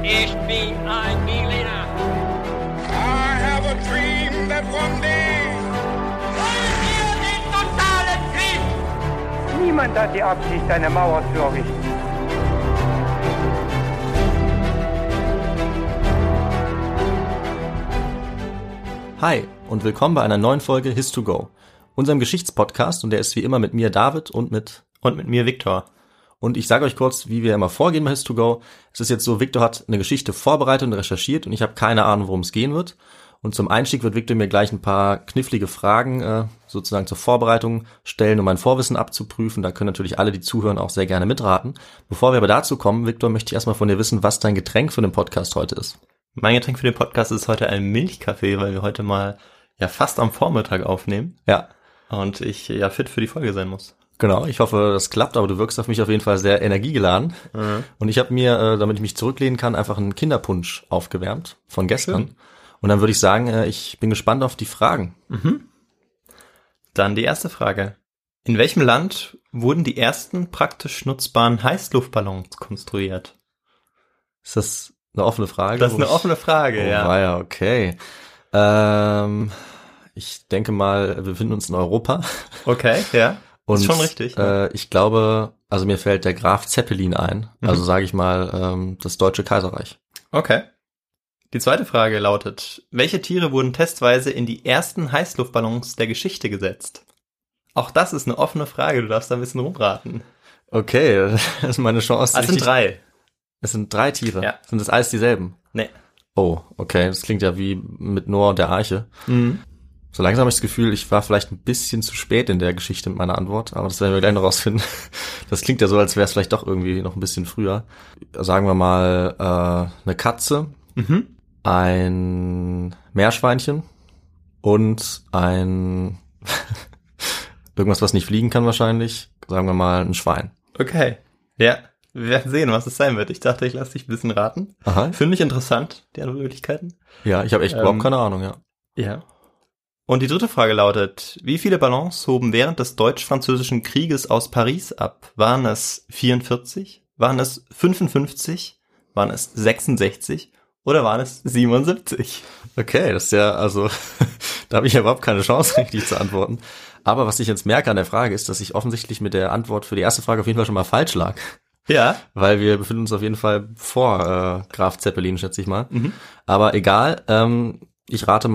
Ich bin ein Berliner. I have a dream that one day. Wollen wir den totalen Krieg? Niemand hat die Absicht, eine Mauer zu errichten. Hi und willkommen bei einer neuen Folge His2Go, unserem Geschichtspodcast, und der ist wie immer mit mir David und mit mir Viktor. Und ich sage euch kurz, wie wir immer vorgehen bei His2Go. Es ist jetzt so, Viktor hat eine Geschichte vorbereitet und recherchiert und ich habe keine Ahnung, worum es gehen wird. Und zum Einstieg wird Viktor mir gleich ein paar knifflige Fragen sozusagen zur Vorbereitung stellen, um mein Vorwissen abzuprüfen. Da können natürlich alle, die zuhören, auch sehr gerne mitraten. Bevor wir aber dazu kommen, Viktor, möchte ich erstmal von dir wissen, was dein Getränk für den Podcast heute ist. Mein Getränk für den Podcast ist heute ein Milchkaffee, weil wir heute mal fast am Vormittag aufnehmen. Ja. Und ich fit für die Folge sein muss. Genau, ich hoffe, das klappt, aber du wirkst auf mich auf jeden Fall sehr energiegeladen. Mhm. Und ich habe mir, damit ich mich zurücklehnen kann, einfach einen Kinderpunsch aufgewärmt von gestern. Schön. Und dann würde ich sagen, ich bin gespannt auf die Fragen. Mhm. Dann die erste Frage. In welchem Land wurden die ersten praktisch nutzbaren Heißluftballons konstruiert? Ist das eine offene Frage? Das ist eine offene Frage, ja. Ja, okay. Ich denke mal, wir befinden uns in Europa. Okay, ja. Und ist schon richtig. Ja. Ich glaube, also mir fällt der Graf Zeppelin ein. Also sage ich mal, das Deutsche Kaiserreich. Okay. Die zweite Frage lautet, welche Tiere wurden testweise in die ersten Heißluftballons der Geschichte gesetzt? Auch das ist eine offene Frage, du darfst da ein bisschen rumraten. Okay, das ist meine Chance. Es sind 3. Es sind 3 Tiere? Ja. Sind das alles dieselben? Nee. Oh, okay, das klingt ja wie mit Noah und der Arche. Mhm. So langsam habe ich das Gefühl, ich war vielleicht ein bisschen zu spät in der Geschichte mit meiner Antwort, aber das werden wir gleich noch rausfinden. Das klingt ja so, als wäre es vielleicht doch irgendwie noch ein bisschen früher. Sagen wir mal eine Katze, ein Meerschweinchen und ein irgendwas, was nicht fliegen kann wahrscheinlich. Sagen wir mal ein Schwein. Okay, ja. Wir werden sehen, was es sein wird. Ich dachte, ich lasse dich ein bisschen raten. Aha. Finde ich interessant, die anderen Möglichkeiten. Ja, ich habe echt überhaupt keine Ahnung, ja. Ja. Und die dritte Frage lautet, wie viele Ballons hoben während des Deutsch-Französischen Krieges aus Paris ab? Waren es 44? Waren es 55? Waren es 66? Oder waren es 77? Okay, das ist ja, also, da habe ich ja überhaupt keine Chance, richtig zu antworten. Aber was ich jetzt merke an der Frage ist, dass ich offensichtlich mit der Antwort für die erste Frage auf jeden Fall schon mal falsch lag. Ja. Weil wir befinden uns auf jeden Fall vor Graf Zeppelin, schätze ich mal. Mhm. Aber egal, ich rate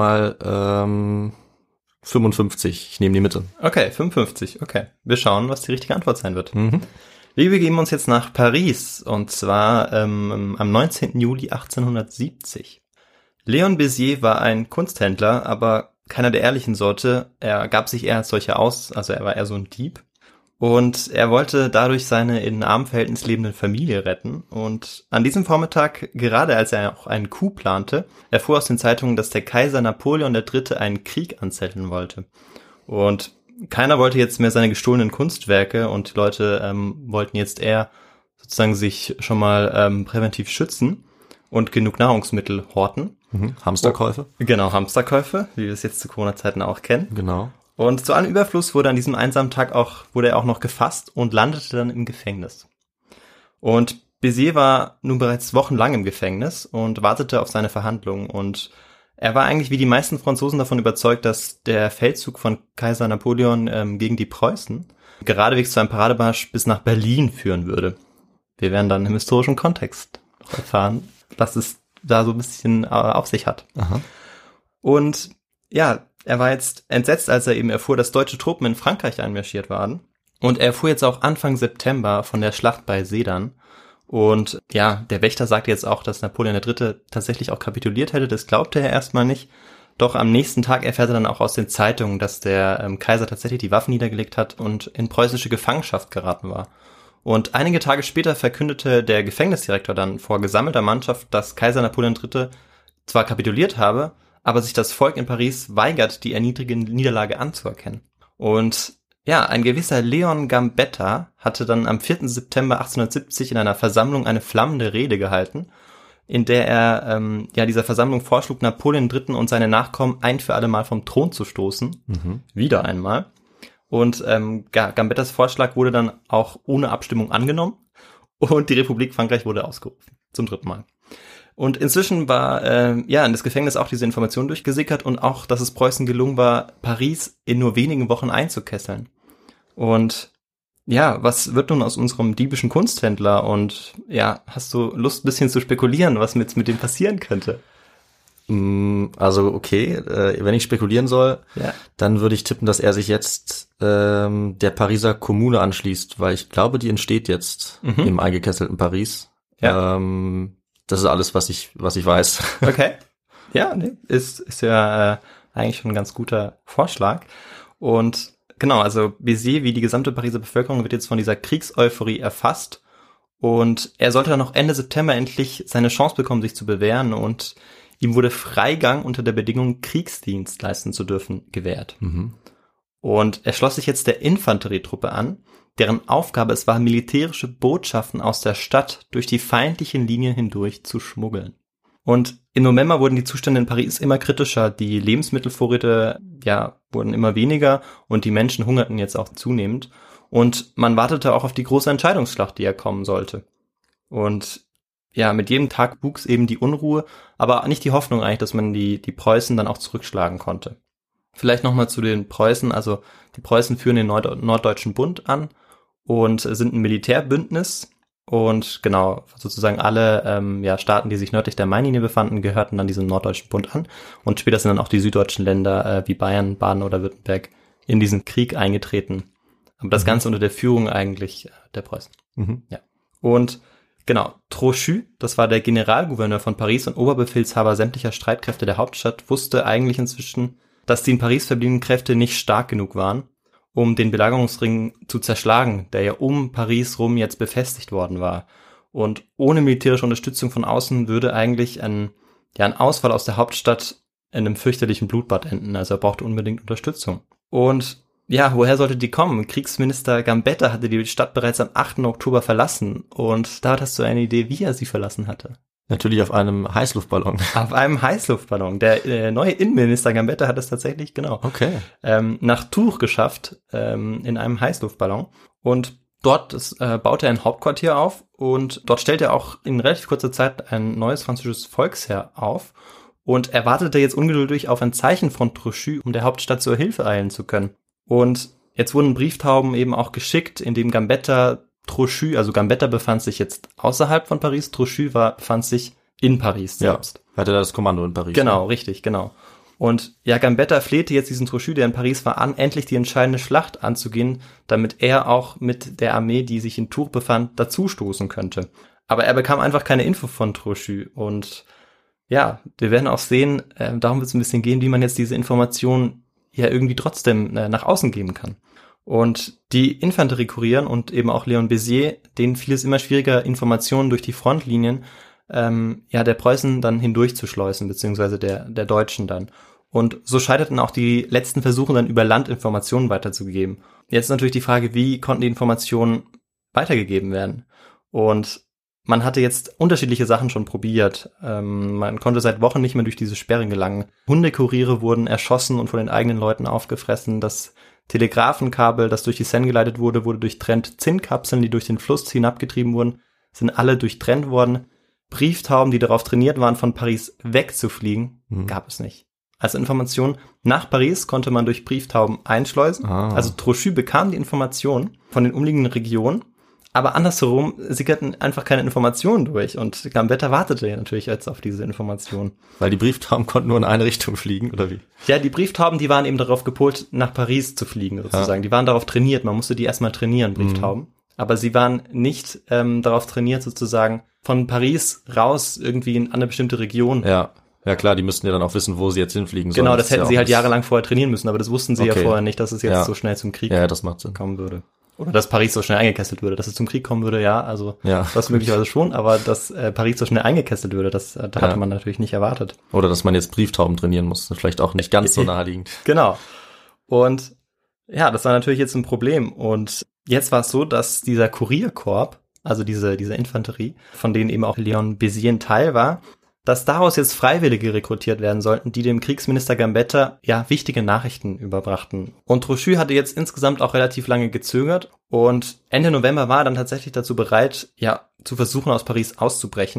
mal 55. Ich nehme die Mitte. Okay, 55. Okay. Wir schauen, was die richtige Antwort sein wird. Mhm. Wir begeben uns jetzt nach Paris und zwar am 19. Juli 1870. Leon Bézier war ein Kunsthändler, aber keiner der ehrlichen Sorte. Er gab sich eher als solcher aus, also er war eher so ein Dieb. Und er wollte dadurch seine in armen Verhältnissen lebende Familie retten. Und an diesem Vormittag, gerade als er auch einen Coup plante, erfuhr aus den Zeitungen, dass der Kaiser Napoleon III. Einen Krieg anzetteln wollte. Und keiner wollte jetzt mehr seine gestohlenen Kunstwerke und die Leute wollten jetzt eher sozusagen sich schon mal präventiv schützen und genug Nahrungsmittel horten. Hamsterkäufe? Genau, Hamsterkäufe, wie wir es jetzt zu Corona-Zeiten auch kennen. Genau. Und zu allem Überfluss wurde an diesem einsamen Tag wurde er auch noch gefasst und landete dann im Gefängnis. Und Bézier war nun bereits wochenlang im Gefängnis und wartete auf seine Verhandlung. Und er war eigentlich wie die meisten Franzosen davon überzeugt, dass der Feldzug von Kaiser Napoleon gegen die Preußen geradewegs zu einem Parademarsch bis nach Berlin führen würde. Wir werden dann im historischen Kontext erfahren, was es da so ein bisschen auf sich hat. Aha. Und ja, er war jetzt entsetzt, als er eben erfuhr, dass deutsche Truppen in Frankreich einmarschiert waren. Und er erfuhr jetzt auch Anfang September von der Schlacht bei Sedan. Und ja, der Wächter sagte jetzt auch, dass Napoleon III. Tatsächlich auch kapituliert hätte. Das glaubte er erstmal nicht. Doch am nächsten Tag erfährt er dann auch aus den Zeitungen, dass der Kaiser tatsächlich die Waffen niedergelegt hat und in preußische Gefangenschaft geraten war. Und einige Tage später verkündete der Gefängnisdirektor dann vor gesammelter Mannschaft, dass Kaiser Napoleon III. Zwar kapituliert habe, aber sich das Volk in Paris weigert, die erniedrigende Niederlage anzuerkennen. Und ja, ein gewisser Leon Gambetta hatte dann am 4. September 1870 in einer Versammlung eine flammende Rede gehalten, in der er dieser Versammlung vorschlug, Napoleon III. Und seine Nachkommen ein für alle Mal vom Thron zu stoßen. Wieder einmal. Und Gambettas Vorschlag wurde dann auch ohne Abstimmung angenommen und die Republik Frankreich wurde ausgerufen. Zum 3. Mal. Und inzwischen war in das Gefängnis auch diese Information durchgesickert und auch, dass es Preußen gelungen war, Paris in nur wenigen Wochen einzukesseln. Und ja, was wird nun aus unserem diebischen Kunsthändler? Und ja, hast du Lust, ein bisschen zu spekulieren, was mit dem passieren könnte? Also okay, wenn ich spekulieren soll, dann würde ich tippen, dass er sich jetzt der Pariser Kommune anschließt, weil ich glaube, die entsteht jetzt im eingekesselten Paris. Ja. Das ist alles, was ich weiß. Okay. Ja, nee, ist ja eigentlich schon ein ganz guter Vorschlag. Und genau, also Béziers, wie die gesamte Pariser Bevölkerung, wird jetzt von dieser Kriegseuphorie erfasst. Und er sollte dann noch Ende September endlich seine Chance bekommen, sich zu bewähren. Und ihm wurde Freigang unter der Bedingung, Kriegsdienst leisten zu dürfen, gewährt. Und er schloss sich jetzt der Infanterietruppe an, deren Aufgabe es war, militärische Botschaften aus der Stadt durch die feindlichen Linien hindurch zu schmuggeln. Und im November wurden die Zustände in Paris immer kritischer. Die Lebensmittelvorräte, wurden immer weniger und die Menschen hungerten jetzt auch zunehmend. Und man wartete auch auf die große Entscheidungsschlacht, die ja kommen sollte. Und ja, mit jedem Tag wuchs eben die Unruhe, aber nicht die Hoffnung eigentlich, dass man die Preußen dann auch zurückschlagen konnte. Vielleicht nochmal zu den Preußen. Also die Preußen führen den Norddeutschen Bund an und sind ein Militärbündnis. Und genau, sozusagen alle Staaten, die sich nördlich der Mainlinie befanden, gehörten dann diesem Norddeutschen Bund an. Und später sind dann auch die süddeutschen Länder wie Bayern, Baden oder Württemberg in diesen Krieg eingetreten. Aber das Ganze unter der Führung eigentlich der Preußen. Ja. Und genau, Trochu, das war der Generalgouverneur von Paris und Oberbefehlshaber sämtlicher Streitkräfte der Hauptstadt, wusste eigentlich inzwischen, dass die in Paris verbliebenen Kräfte nicht stark genug waren, um den Belagerungsring zu zerschlagen, der ja um Paris rum jetzt befestigt worden war. Und ohne militärische Unterstützung von außen würde eigentlich ein Ausfall aus der Hauptstadt in einem fürchterlichen Blutbad enden. Also er brauchte unbedingt Unterstützung. Und ja, woher sollte die kommen? Kriegsminister Gambetta hatte die Stadt bereits am 8. Oktober verlassen. Und da hast du eine Idee, wie er sie verlassen hatte. Natürlich auf einem Heißluftballon. Auf einem Heißluftballon. Der neue Innenminister Gambetta hat es tatsächlich, nach Tours geschafft, in einem Heißluftballon. Und dort baute er ein Hauptquartier auf und dort stellte er auch in relativ kurzer Zeit ein neues französisches Volksheer auf. Und er wartete jetzt ungeduldig auf ein Zeichen von Trochu, um der Hauptstadt zur Hilfe eilen zu können. Und jetzt wurden Brieftauben eben auch geschickt, in dem Gambetta befand sich jetzt außerhalb von Paris, Trochu befand sich in Paris selbst. Ja, hatte das Kommando in Paris. Genau, richtig, genau. Und ja, Gambetta flehte jetzt diesen Trochu, der in Paris war, an, endlich die entscheidende Schlacht anzugehen, damit er auch mit der Armee, die sich in Tours befand, dazustoßen könnte. Aber er bekam einfach keine Info von Trochu. Und ja, wir werden auch sehen, darum wird es ein bisschen gehen, wie man jetzt diese Informationen ja irgendwie trotzdem nach außen geben kann. Und die Infanteriekurieren und eben auch Leon Béziers, denen fiel es immer schwieriger, Informationen durch die Frontlinien der Preußen dann hindurchzuschleusen, beziehungsweise der Deutschen dann. Und so scheiterten auch die letzten Versuche, dann über Land Informationen weiterzugeben. Jetzt ist natürlich die Frage, wie konnten die Informationen weitergegeben werden? Und man hatte jetzt unterschiedliche Sachen schon probiert. Man konnte seit Wochen nicht mehr durch diese Sperre gelangen. Hundekuriere wurden erschossen und von den eigenen Leuten aufgefressen. Das Telegrafenkabel, das durch die Seine geleitet wurde, wurde durchtrennt. Zinnkapseln, die durch den Fluss hinabgetrieben wurden, sind alle durchtrennt worden. Brieftauben, die darauf trainiert waren, von Paris wegzufliegen, gab es nicht. Als Information nach Paris konnte man durch Brieftauben einschleusen. Also Trochu bekam die Information von den umliegenden Regionen, aber andersherum sickerten einfach keine Informationen durch und Gambetta wartete ja natürlich jetzt auf diese Information. Weil die Brieftauben konnten nur in eine Richtung fliegen, oder wie? Ja, die Brieftauben, die waren eben darauf gepolt, nach Paris zu fliegen sozusagen. Ja. Die waren darauf trainiert, man musste die erstmal trainieren, Brieftauben. Aber sie waren nicht darauf trainiert, sozusagen von Paris raus irgendwie in eine bestimmte Region. Ja, klar, die müssten ja dann auch wissen, wo sie jetzt hinfliegen sollen. Genau, das hätten sie halt jahrelang vorher trainieren müssen, aber das wussten sie ja vorher nicht, dass es jetzt so schnell zum Krieg das macht Sinn. kommen würde. Oder dass Paris so schnell eingekesselt würde. Dass es zum Krieg kommen würde, das möglicherweise schon, aber dass Paris so schnell eingekesselt würde, da hatte man natürlich nicht erwartet. Oder dass man jetzt Brieftauben trainieren muss, vielleicht auch nicht ganz so naheliegend. Genau. Und ja, das war natürlich jetzt ein Problem. Und jetzt war es so, dass dieser Kurierkorps, also diese Infanterie, von denen eben auch Leon Béziers ein Teil war, dass daraus jetzt Freiwillige rekrutiert werden sollten, die dem Kriegsminister Gambetta wichtige Nachrichten überbrachten. Und Trochu hatte jetzt insgesamt auch relativ lange gezögert und Ende November war er dann tatsächlich dazu bereit, zu versuchen, aus Paris auszubrechen.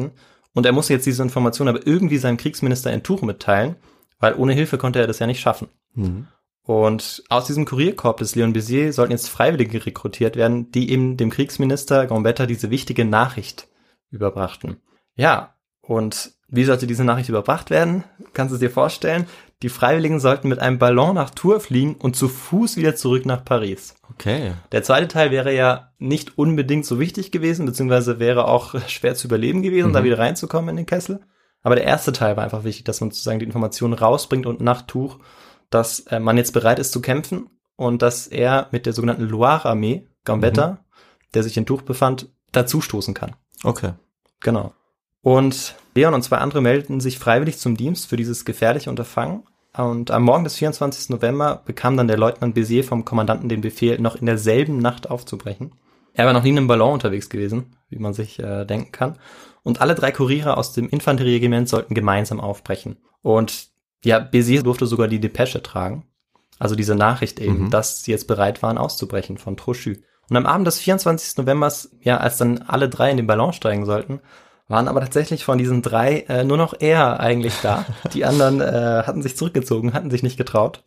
Und er musste jetzt diese Information aber irgendwie seinem Kriegsminister in Tours mitteilen, weil ohne Hilfe konnte er das ja nicht schaffen. Mhm. Und aus diesem Kurierkorps des Leon Béziers sollten jetzt Freiwillige rekrutiert werden, die eben dem Kriegsminister Gambetta diese wichtige Nachricht überbrachten. Ja, und wie sollte diese Nachricht überbracht werden? Kannst du es dir vorstellen? Die Freiwilligen sollten mit einem Ballon nach Tours fliegen und zu Fuß wieder zurück nach Paris. Okay. Der zweite Teil wäre ja nicht unbedingt so wichtig gewesen, beziehungsweise wäre auch schwer zu überleben gewesen, da wieder reinzukommen in den Kessel. Aber der erste Teil war einfach wichtig, dass man sozusagen die Informationen rausbringt und nach Tours, dass man jetzt bereit ist zu kämpfen und dass er mit der sogenannten Loire-Armee, Gambetta, der sich in Tours befand, dazustoßen kann. Okay. Genau. Und Leon und 2 andere meldeten sich freiwillig zum Dienst für dieses gefährliche Unterfangen. Und am Morgen des 24. November bekam dann der Leutnant Béziers vom Kommandanten den Befehl, noch in derselben Nacht aufzubrechen. Er war noch nie in einem Ballon unterwegs gewesen, wie man sich denken kann. Und alle 3 Kuriere aus dem Infanterieregiment sollten gemeinsam aufbrechen. Und ja, Béziers durfte sogar die Depesche tragen. Also diese Nachricht eben, dass sie jetzt bereit waren, auszubrechen von Trochu. Und am Abend des 24. Novembers, ja, als dann alle 3 in den Ballon steigen sollten, waren aber tatsächlich von diesen 3 nur noch er eigentlich da. Die anderen hatten sich zurückgezogen, hatten sich nicht getraut.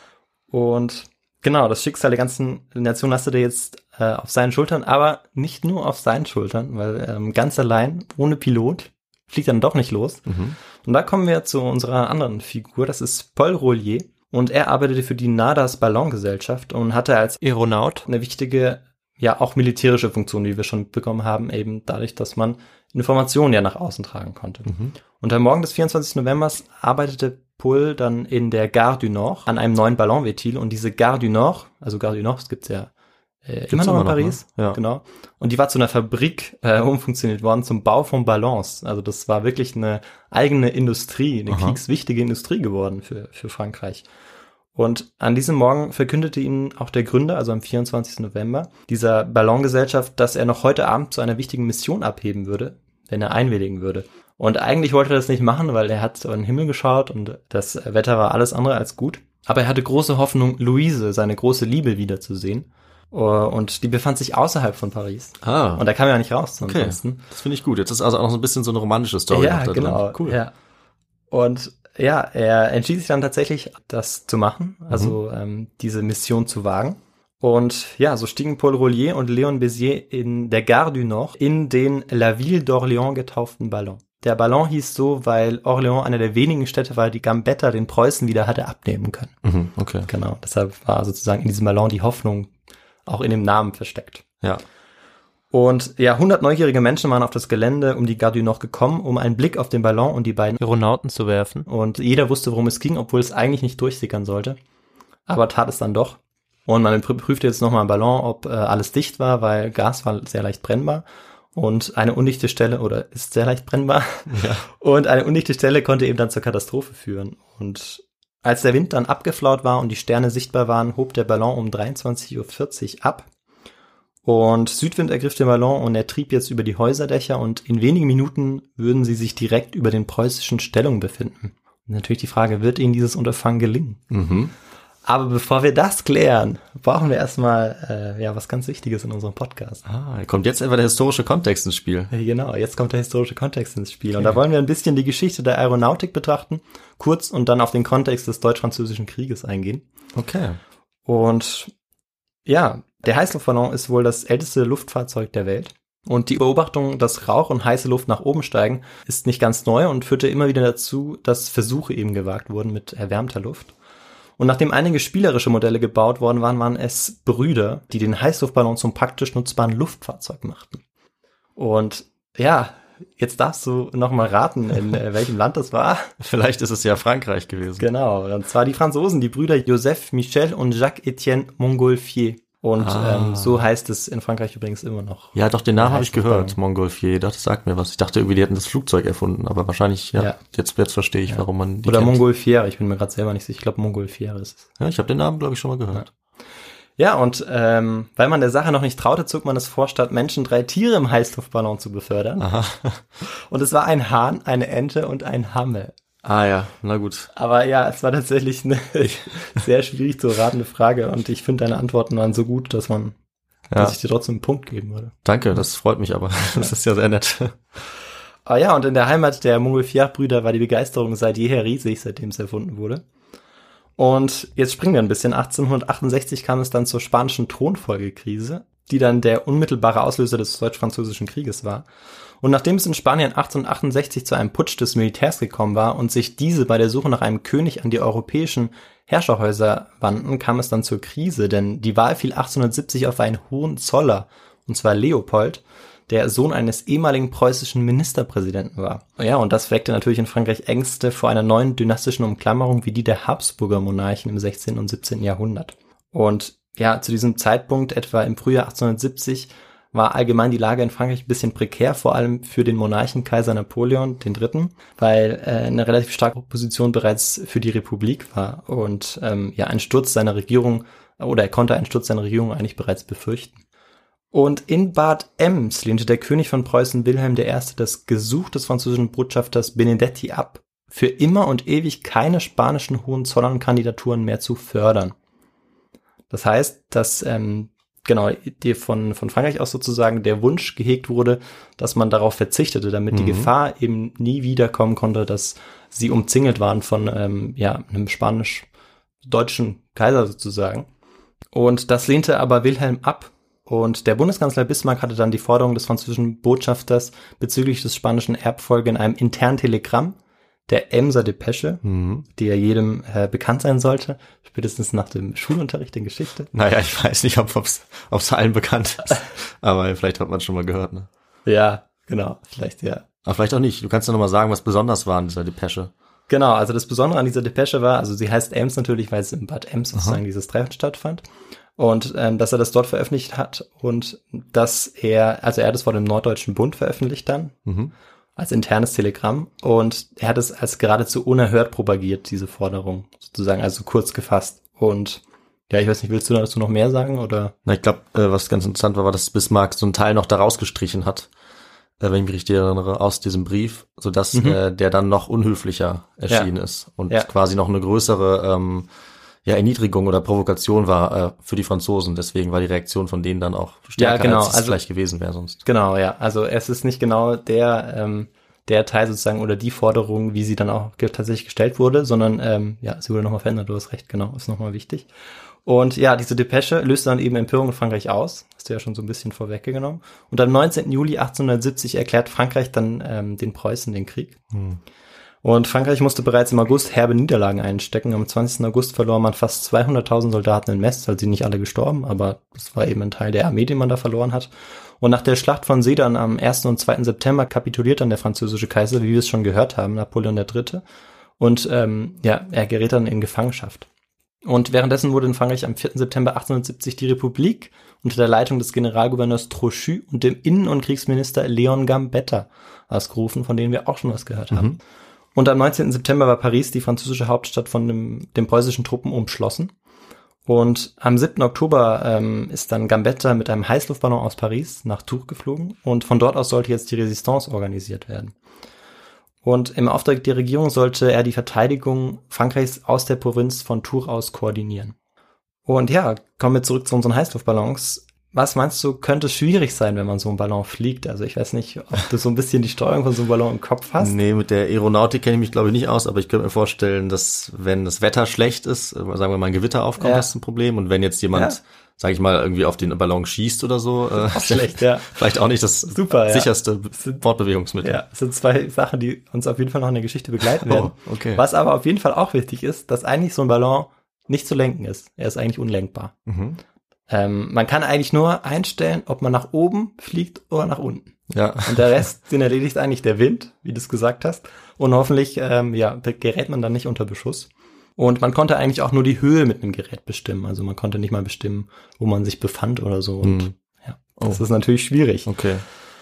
Und genau, das Schicksal der ganzen Nation lastete jetzt auf seinen Schultern, aber nicht nur auf seinen Schultern, weil ganz allein, ohne Pilot, fliegt dann doch nicht los. Und da kommen wir zu unserer anderen Figur, das ist Paul Rollier. Und er arbeitete für die Nadas Ballongesellschaft und hatte als Aeronaut eine wichtige, ja auch militärische Funktion, wie wir schon bekommen haben, eben dadurch, dass man Informationen ja nach außen tragen konnte. Und am Morgen des 24. November arbeitete Paul dann in der Gare du Nord an einem neuen Ballonventil und diese Gare du Nord, also Gare du Nord, das gibt's ja immer noch in Paris, ne? Ja. Genau. Und die war zu einer Fabrik umfunktioniert worden zum Bau von Ballons. Also das war wirklich eine eigene Industrie, eine kriegswichtige Industrie geworden für Frankreich. Und an diesem Morgen verkündete ihm auch der Gründer, also am 24. November, dieser Ballongesellschaft, dass er noch heute Abend zu einer wichtigen Mission abheben würde, wenn er einwilligen würde. Und eigentlich wollte er das nicht machen, weil er hat in den Himmel geschaut und das Wetter war alles andere als gut. Aber er hatte große Hoffnung, Louise, seine große Liebe, wiederzusehen. Und die befand sich außerhalb von Paris. Und da kam er ja nicht raus. Okay, das finde ich gut. Jetzt ist also auch noch so ein bisschen so eine romantische Story. Ja, da genau. Drin. Cool. Ja. Und ja, er entschied sich dann tatsächlich, das zu machen, also diese Mission zu wagen. Und ja, so stiegen Paul Rollier und Leon Béziers in der Gare du Nord in den La Ville d'Orléans getauften Ballon. Der Ballon hieß so, weil Orléans eine der wenigen Städte war, die Gambetta den Preußen wieder hatte abnehmen können. Okay. Genau, deshalb war sozusagen in diesem Ballon die Hoffnung auch in dem Namen versteckt. Ja. Und ja, 100 neugierige Menschen waren auf das Gelände um die Gare du Nord gekommen, um einen Blick auf den Ballon und die beiden Aeronauten zu werfen. Und jeder wusste, worum es ging, obwohl es eigentlich nicht durchsickern sollte. Aber tat es dann doch. Und man prüfte jetzt nochmal im Ballon, ob alles dicht war, weil Gas war sehr leicht brennbar. Und eine undichte Stelle, oder ist sehr leicht brennbar. Ja. Und eine undichte Stelle konnte eben dann zur Katastrophe führen. Und als der Wind dann abgeflaut war und die Sterne sichtbar waren, hob der Ballon um 23:40 Uhr ab. Und Südwind ergriff den Ballon und er trieb jetzt über die Häuserdächer und in wenigen Minuten würden sie sich direkt über den preußischen Stellungen befinden. Und natürlich die Frage, wird ihnen dieses Unterfangen gelingen? Aber bevor wir das klären, brauchen wir erstmal was ganz Wichtiges in unserem Podcast. Kommt jetzt einfach der historische Kontext ins Spiel. Genau, jetzt kommt der historische Kontext ins Spiel. Und da wollen wir ein bisschen die Geschichte der Aeronautik betrachten, kurz und dann auf den Kontext des Deutsch-Französischen Krieges eingehen. Okay. Und ja, der Heißluftballon ist wohl das älteste Luftfahrzeug der Welt. Und die Beobachtung, dass Rauch und heiße Luft nach oben steigen, ist nicht ganz neu und führte immer wieder dazu, dass Versuche eben gewagt wurden mit erwärmter Luft. Und nachdem einige spielerische Modelle gebaut worden waren es Brüder, die den Heißluftballon zum praktisch nutzbaren Luftfahrzeug machten. Und ja, jetzt darfst du noch mal raten, in welchem Land das war. Vielleicht ist es ja Frankreich gewesen. Genau, und zwar die Franzosen, die Brüder Joseph Michel und Jacques-Étienne Montgolfier. Und so heißt es in Frankreich übrigens immer noch. Ja, doch, den Namen habe ich gehört, Montgolfier. Doch, das sagt mir was. Ich dachte irgendwie, die hätten das Flugzeug erfunden, aber wahrscheinlich, jetzt verstehe ich, warum man die Oder kennt. Montgolfier, ich bin mir gerade selber nicht sicher. Ich glaube, Montgolfier ist es. Ja, ich habe den Namen, glaube ich, schon mal gehört. Ja, und weil man der Sache noch nicht traute, zog man es vor, statt Menschen 3 Tiere im Heißluftballon zu befördern. Aha. Und es war ein Hahn, eine Ente und ein Hammel. Ah ja, na gut. Aber ja, es war tatsächlich eine sehr schwierig zu ratende Frage und ich finde deine Antworten waren so gut, dass ich dir trotzdem einen Punkt geben würde. Danke, das freut mich aber. Das ist ja sehr nett. Ah ja, und in der Heimat der Montgolfier-Brüder war die Begeisterung seit jeher riesig, seitdem es erfunden wurde. Und jetzt springen wir ein bisschen. 1868 kam es dann zur spanischen Thronfolgekrise, die dann der unmittelbare Auslöser des Deutsch-Französischen Krieges war. Und nachdem es in Spanien 1868 zu einem Putsch des Militärs gekommen war und sich diese bei der Suche nach einem König an die europäischen Herrscherhäuser wandten, kam es dann zur Krise, denn die Wahl fiel 1870 auf einen Hohenzoller, und zwar Leopold, der Sohn eines ehemaligen preußischen Ministerpräsidenten war. Ja, und das weckte natürlich in Frankreich Ängste vor einer neuen dynastischen Umklammerung wie die der Habsburger Monarchen im 16. und 17. Jahrhundert. Und ja, zu diesem Zeitpunkt, etwa im Frühjahr 1870, war allgemein die Lage in Frankreich ein bisschen prekär, vor allem für den Monarchen Kaiser Napoleon III., weil eine relativ starke Opposition bereits für die Republik war und ein Sturz seiner Regierung, oder er konnte einen Sturz seiner Regierung eigentlich bereits befürchten. Und in Bad Ems lehnte der König von Preußen Wilhelm I. das Gesuch des französischen Botschafters Benedetti ab, für immer und ewig keine spanischen Hohenzollern-Kandidaturen mehr zu fördern. Das heißt, dass die von Frankreich aus sozusagen der Wunsch gehegt wurde, dass man darauf verzichtete, damit die Gefahr eben nie wiederkommen konnte, dass sie umzingelt waren von einem spanisch-deutschen Kaiser sozusagen. Und das lehnte aber Wilhelm ab. Und der Bundeskanzler Bismarck hatte dann die Forderung des französischen Botschafters bezüglich des spanischen Erbfolge in einem internen Telegramm, der Emser Depesche, die ja jedem bekannt sein sollte, spätestens nach dem Schulunterricht in Geschichte. Naja, ich weiß nicht, ob's allen bekannt ist, aber vielleicht hat man es schon mal gehört, ne? Ja, genau, vielleicht ja. Aber vielleicht auch nicht. Du kannst ja nochmal sagen, was besonders war an dieser Depesche. Genau, also das Besondere an dieser Depesche war, also sie heißt Ems natürlich, weil es in Bad Ems sozusagen dieses Treffen stattfand. Und dass er das dort veröffentlicht hat und dass er das vor dem Norddeutschen Bund veröffentlicht dann, als internes Telegramm, und er hat es als geradezu unerhört propagiert, diese Forderung, sozusagen, also kurz gefasst. Und ja, ich weiß nicht, willst du dazu noch mehr sagen, oder? Na, ich glaube, was ganz interessant war, dass Bismarck so einen Teil noch da rausgestrichen hat, wenn ich mich richtig erinnere, aus diesem Brief, sodass der dann noch unhöflicher erschienen ist und quasi noch eine größere Erniedrigung oder Provokation war für die Franzosen. Deswegen war die Reaktion von denen dann auch stärker, als es vielleicht gewesen wäre sonst. Genau, ja. Also es ist nicht genau der Teil sozusagen oder die Forderung, wie sie dann auch tatsächlich gestellt wurde, sondern sie wurde nochmal verändert. Du hast recht, genau, ist nochmal wichtig. Und ja, diese Depesche löste dann eben Empörung in Frankreich aus. Hast du ja schon so ein bisschen vorweggenommen. Und am 19. Juli 1870 erklärt Frankreich dann den Preußen den Krieg. Und Frankreich musste bereits im August herbe Niederlagen einstecken. Am 20. August verlor man fast 200.000 Soldaten in Metz, also sind nicht alle gestorben, aber das war eben ein Teil der Armee, den man da verloren hat. Und nach der Schlacht von Sedan am 1. und 2. September kapituliert dann der französische Kaiser, wie wir es schon gehört haben, Napoleon III. Und er gerät dann in Gefangenschaft. Und währenddessen wurde in Frankreich am 4. September 1870 die Republik unter der Leitung des Generalgouverneurs Trochu und dem Innen- und Kriegsminister Leon Gambetta ausgerufen, von denen wir auch schon was gehört haben. Und am 19. September war Paris, die französische Hauptstadt, von den preußischen Truppen umschlossen. Und am 7. Oktober ist dann Gambetta mit einem Heißluftballon aus Paris nach Tours geflogen. Und von dort aus sollte jetzt die Resistance organisiert werden. Und im Auftrag der Regierung sollte er die Verteidigung Frankreichs aus der Provinz von Tours aus koordinieren. Und ja, kommen wir zurück zu unseren Heißluftballons. Was meinst du, könnte schwierig sein, wenn man so einen Ballon fliegt? Also ich weiß nicht, ob du so ein bisschen die Steuerung von so einem Ballon im Kopf hast. Nee, mit der Aeronautik kenne ich mich, glaube ich, nicht aus, aber ich könnte mir vorstellen, dass wenn das Wetter schlecht ist, sagen wir mal ein Gewitter aufkommt, das ist ein Problem. Und wenn jetzt jemand, sage ich mal, irgendwie auf den Ballon schießt oder so, schlecht, vielleicht auch nicht das sicherste Fortbewegungsmittel. Ja, es sind zwei Sachen, die uns auf jeden Fall noch in der Geschichte begleiten werden. Okay. Was aber auf jeden Fall auch wichtig ist, dass eigentlich so ein Ballon nicht zu lenken ist. Er ist eigentlich unlenkbar. Man kann eigentlich nur einstellen, ob man nach oben fliegt oder nach unten. Ja. Und der Rest, den erledigt eigentlich der Wind, wie du es gesagt hast. Und hoffentlich gerät man dann nicht unter Beschuss. Und man konnte eigentlich auch nur die Höhe mit einem Gerät bestimmen. Also man konnte nicht mal bestimmen, wo man sich befand oder so. Und das ist natürlich schwierig. Okay.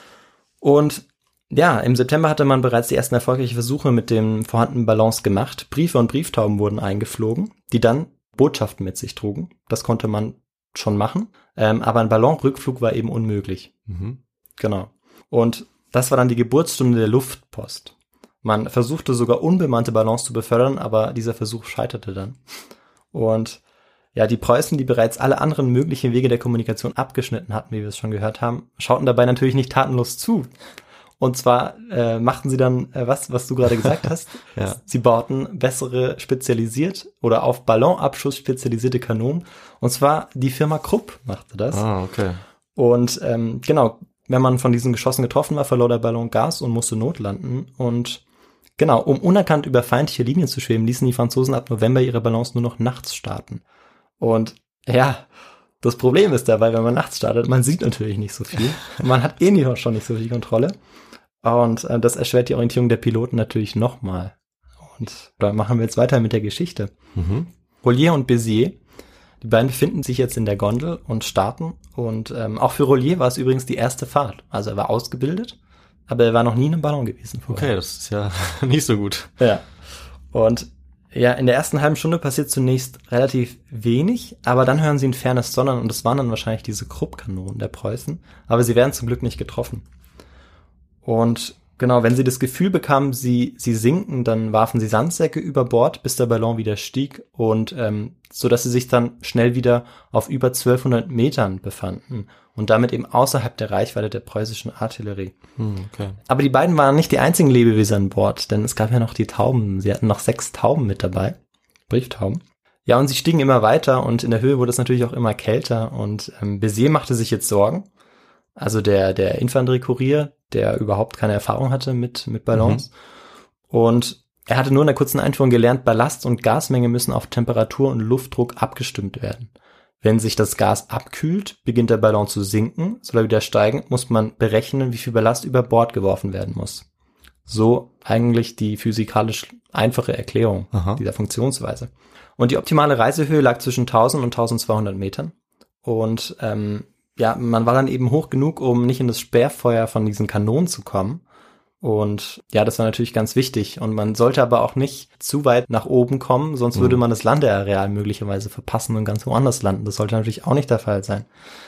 Und ja, im September hatte man bereits die ersten erfolgreichen Versuche mit den vorhandenen Ballons gemacht. Briefe und Brieftauben wurden eingeflogen, die dann Botschaften mit sich trugen. Das konnte man schon machen, aber ein Ballonrückflug war eben unmöglich. Genau. Und das war dann die Geburtsstunde der Luftpost. Man versuchte sogar unbemannte Ballons zu befördern, aber dieser Versuch scheiterte dann. Und ja, die Preußen, die bereits alle anderen möglichen Wege der Kommunikation abgeschnitten hatten, wie wir es schon gehört haben, schauten dabei natürlich nicht tatenlos zu. Und zwar machten sie dann was du gerade gesagt hast. Ja. Sie bauten bessere spezialisiert oder auf Ballonabschuss spezialisierte Kanonen. Und zwar die Firma Krupp machte das. Ah, okay. Und genau, wenn man von diesen Geschossen getroffen war, verlor der Ballon Gas und musste notlanden. Und genau, um unerkannt über feindliche Linien zu schweben, ließen die Franzosen ab November ihre Ballons nur noch nachts starten. Und ja, das Problem ist dabei, wenn man nachts startet, man sieht natürlich nicht so viel. Man hat schon nicht so viel Kontrolle. Und das erschwert die Orientierung der Piloten natürlich nochmal. Und da machen wir jetzt weiter mit der Geschichte. Rollier und Béziers, die beiden befinden sich jetzt in der Gondel und starten. Und auch für Rollier war es übrigens die erste Fahrt. Also er war ausgebildet, aber er war noch nie in einem Ballon gewesen vorher. Okay, das ist ja nicht so gut. Ja. Und ja, in der ersten halben Stunde passiert zunächst relativ wenig, aber dann hören sie ein fernes Donnern und das waren dann wahrscheinlich diese Krupp-Kanonen der Preußen. Aber sie werden zum Glück nicht getroffen. Und genau, wenn sie das Gefühl bekamen, sie sinken, dann warfen sie Sandsäcke über Bord, bis der Ballon wieder stieg und so dass sie sich dann schnell wieder auf über 1200 Metern befanden und damit eben außerhalb der Reichweite der preußischen Artillerie. Okay. Aber die beiden waren nicht die einzigen Lebewesen an Bord, denn es gab ja noch die Tauben. Sie hatten noch 6 Tauben mit dabei, Brieftauben. Ja, und sie stiegen immer weiter und in der Höhe wurde es natürlich auch immer kälter und Béziers machte sich jetzt Sorgen. Also der Infanteriekurier, der überhaupt keine Erfahrung hatte mit Ballons. Und er hatte nur in der kurzen Einführung gelernt, Ballast und Gasmenge müssen auf Temperatur und Luftdruck abgestimmt werden. Wenn sich das Gas abkühlt, beginnt der Ballon zu sinken. Soll er wieder steigen, muss man berechnen, wie viel Ballast über Bord geworfen werden muss. So eigentlich die physikalisch einfache Erklärung dieser Funktionsweise. Und die optimale Reisehöhe lag zwischen 1000 und 1200 Metern. Und ja, man war dann eben hoch genug, um nicht in das Sperrfeuer von diesen Kanonen zu kommen. Und ja, das war natürlich ganz wichtig. Und man sollte aber auch nicht zu weit nach oben kommen, sonst würde man das Landeareal möglicherweise verpassen und ganz woanders landen. Das sollte natürlich auch nicht der Fall sein.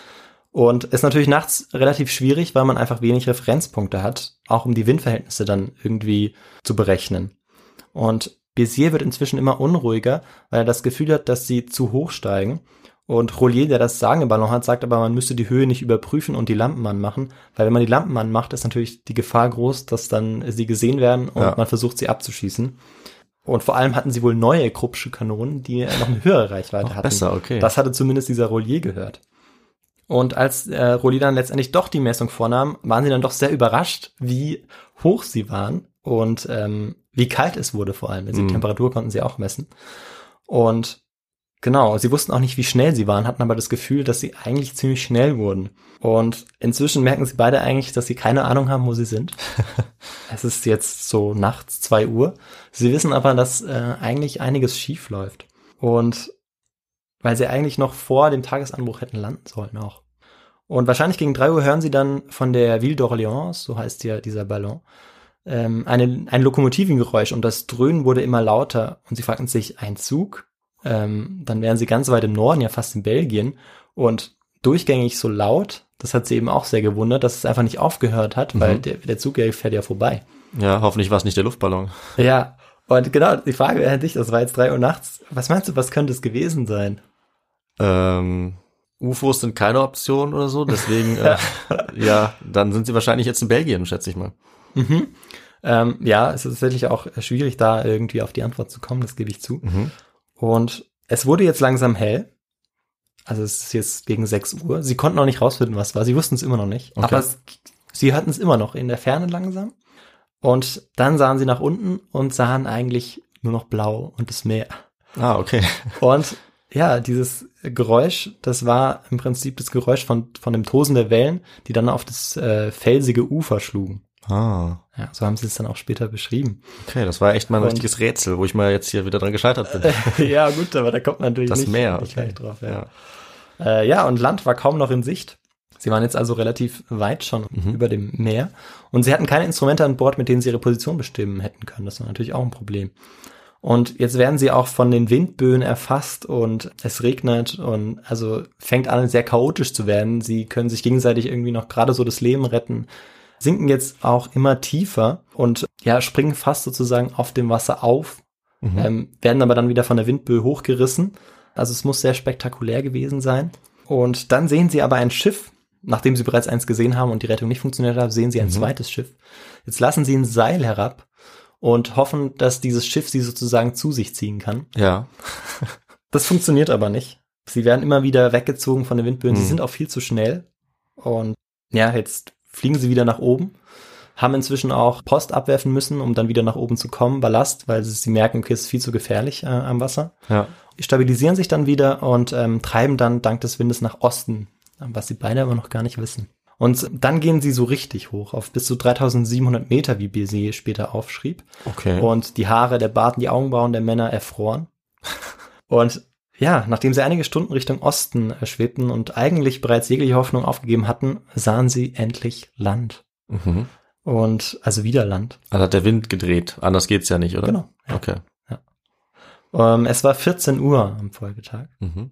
Und ist natürlich nachts relativ schwierig, weil man einfach wenig Referenzpunkte hat, auch um die Windverhältnisse dann irgendwie zu berechnen. Und Béziers wird inzwischen immer unruhiger, weil er das Gefühl hat, dass sie zu hoch steigen. Und Rollier, der das Sagen im Ballon hat, sagt aber, man müsste die Höhe nicht überprüfen und die Lampen anmachen, weil wenn man die Lampen anmacht, ist natürlich die Gefahr groß, dass dann sie gesehen werden und man versucht, sie abzuschießen. Und vor allem hatten sie wohl neue Kruppsche Kanonen, die noch eine höhere Reichweite hatten. Besser, okay. Das hatte zumindest dieser Rollier gehört. Und als Rollier dann letztendlich doch die Messung vornahm, waren sie dann doch sehr überrascht, wie hoch sie waren und wie kalt es wurde vor allem. Also die Temperatur konnten sie auch messen. Und genau, sie wussten auch nicht, wie schnell sie waren, hatten aber das Gefühl, dass sie eigentlich ziemlich schnell wurden. Und inzwischen merken sie beide eigentlich, dass sie keine Ahnung haben, wo sie sind. Es ist jetzt so nachts 2 Uhr. Sie wissen aber, dass eigentlich einiges schief läuft. Und weil sie eigentlich noch vor dem Tagesanbruch hätten landen sollen auch. Und wahrscheinlich gegen 3 Uhr hören sie dann von der Ville d'Orléans, so heißt ja dieser Ballon, ein Lokomotivengeräusch und das Dröhnen wurde immer lauter. Und sie fragten sich, ein Zug? Dann wären sie ganz weit im Norden, ja fast in Belgien und durchgängig so laut, das hat sie eben auch sehr gewundert, dass es einfach nicht aufgehört hat, weil der Zug fährt ja vorbei. Ja, hoffentlich war es nicht der Luftballon. Ja, und genau, die Frage wäre an dich, das war jetzt 3 Uhr nachts, was meinst du, was könnte es gewesen sein? UFOs sind keine Option oder so, deswegen, ja, dann sind sie wahrscheinlich jetzt in Belgien, schätze ich mal. Ja, es ist tatsächlich auch schwierig, da irgendwie auf die Antwort zu kommen, das gebe ich zu. Und es wurde jetzt langsam hell. Also es ist jetzt gegen 6 Uhr. Sie konnten auch nicht rausfinden, was war. Sie wussten es immer noch nicht. Okay. Aber sie hörten es immer noch in der Ferne langsam. Und dann sahen sie nach unten und sahen eigentlich nur noch blau und das Meer. Ah, okay. Und ja, dieses Geräusch, das war im Prinzip das Geräusch von dem Tosen der Wellen, die dann auf das felsige Ufer schlugen. Ah. Ja, so haben sie es dann auch später beschrieben. Okay, das war echt mal ein richtiges Rätsel, wo ich mal jetzt hier wieder dran gescheitert bin. Ja, gut, aber da kommt man natürlich das Meer, nicht gleich drauf. Ja. Ja, und Land war kaum noch in Sicht. Sie waren jetzt also relativ weit schon über dem Meer. Und sie hatten keine Instrumente an Bord, mit denen sie ihre Position bestimmen hätten können. Das war natürlich auch ein Problem. Und jetzt werden sie auch von den Windböen erfasst und es regnet und also fängt an sehr chaotisch zu werden. Sie können sich gegenseitig irgendwie noch gerade so das Leben retten, sinken jetzt auch immer tiefer und ja, springen fast sozusagen auf dem Wasser auf, werden aber dann wieder von der Windböe hochgerissen. Also es muss sehr spektakulär gewesen sein. Und dann sehen sie aber ein Schiff, nachdem sie bereits eins gesehen haben und die Rettung nicht funktioniert hat, sehen sie ein zweites Schiff. Jetzt lassen sie ein Seil herab und hoffen, dass dieses Schiff sie sozusagen zu sich ziehen kann. Ja. Das funktioniert aber nicht. Sie werden immer wieder weggezogen von den Windböen. Sie sind auch viel zu schnell. Und ja, jetzt fliegen sie wieder nach oben. Haben inzwischen auch Post abwerfen müssen, um dann wieder nach oben zu kommen, Ballast, weil sie merken, okay, es ist viel zu gefährlich am Wasser. Ja. Die stabilisieren sich dann wieder und treiben dann dank des Windes nach Osten, was sie beide aber noch gar nicht wissen. Und dann gehen sie so richtig hoch, auf bis zu 3700 Meter, wie Bézier später aufschrieb. Okay. Und die Haare, der Bart und die Augenbrauen der Männer erfroren. Und ja, nachdem sie einige Stunden Richtung Osten schwebten und eigentlich bereits jegliche Hoffnung aufgegeben hatten, sahen sie endlich Land. Mhm. Und also wieder Land. Also hat der Wind gedreht. Anders geht's ja nicht, oder? Genau. Ja. Okay. Ja. Es war 14 Uhr am Folgetag. Mhm.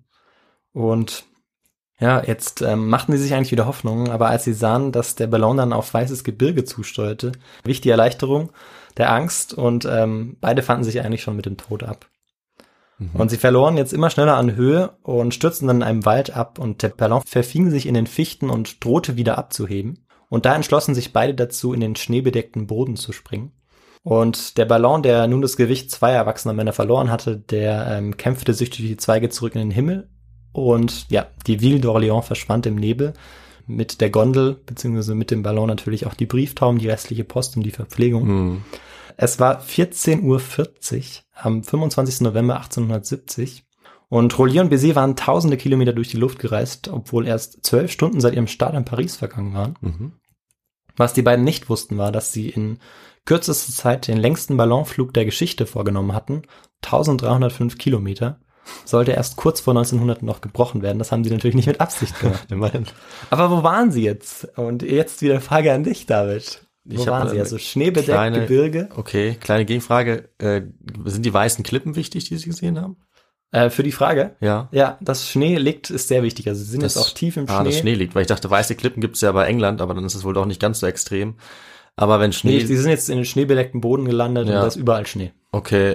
Und ja, jetzt machten sie sich eigentlich wieder Hoffnung, aber als sie sahen, dass der Ballon dann auf weißes Gebirge zusteuerte, wich die Erleichterung der Angst und beide fanden sich eigentlich schon mit dem Tod ab. Und sie verloren jetzt immer schneller an Höhe und stürzten dann in einem Wald ab und der Ballon verfing sich in den Fichten und drohte wieder abzuheben. Und da entschlossen sich beide dazu, in den schneebedeckten Boden zu springen. Und der Ballon, der nun das Gewicht zweier erwachsener Männer verloren hatte, der kämpfte sich durch die Zweige zurück in den Himmel. Und ja, die Ville d'Orléans verschwand im Nebel. Mit der Gondel, beziehungsweise mit dem Ballon natürlich auch die Brieftauben, die restliche Post und die Verpflegung. Mhm. Es war 14:40 Uhr am 25. November 1870. Und Rollier und Bézier waren tausende Kilometer durch die Luft gereist, obwohl erst 12 Stunden seit ihrem Start in Paris vergangen waren. Mhm. Was die beiden nicht wussten, war, dass sie in kürzester Zeit den längsten Ballonflug der Geschichte vorgenommen hatten. 1305 Kilometer. Sollte erst kurz vor 1900 noch gebrochen werden. Das haben sie natürlich nicht mit Absicht gemacht. Immerhin. Aber wo waren sie jetzt? Und jetzt wieder Frage an dich, David. Wo waren sie? Also schneebedeckt, Gebirge? Okay, kleine Gegenfrage. Sind die weißen Klippen wichtig, die Sie gesehen haben? Für die Frage? Ja. Ja, dass Schnee liegt, ist sehr wichtig. Also sie sind jetzt auch tief im Schnee. Das Schnee liegt, weil ich dachte, weiße Klippen gibt's ja bei England, aber dann ist es wohl doch nicht ganz so extrem. Aber wenn Schnee... Nee, sie sind jetzt in den schneebedeckten Boden gelandet und da ist überall Schnee. Okay,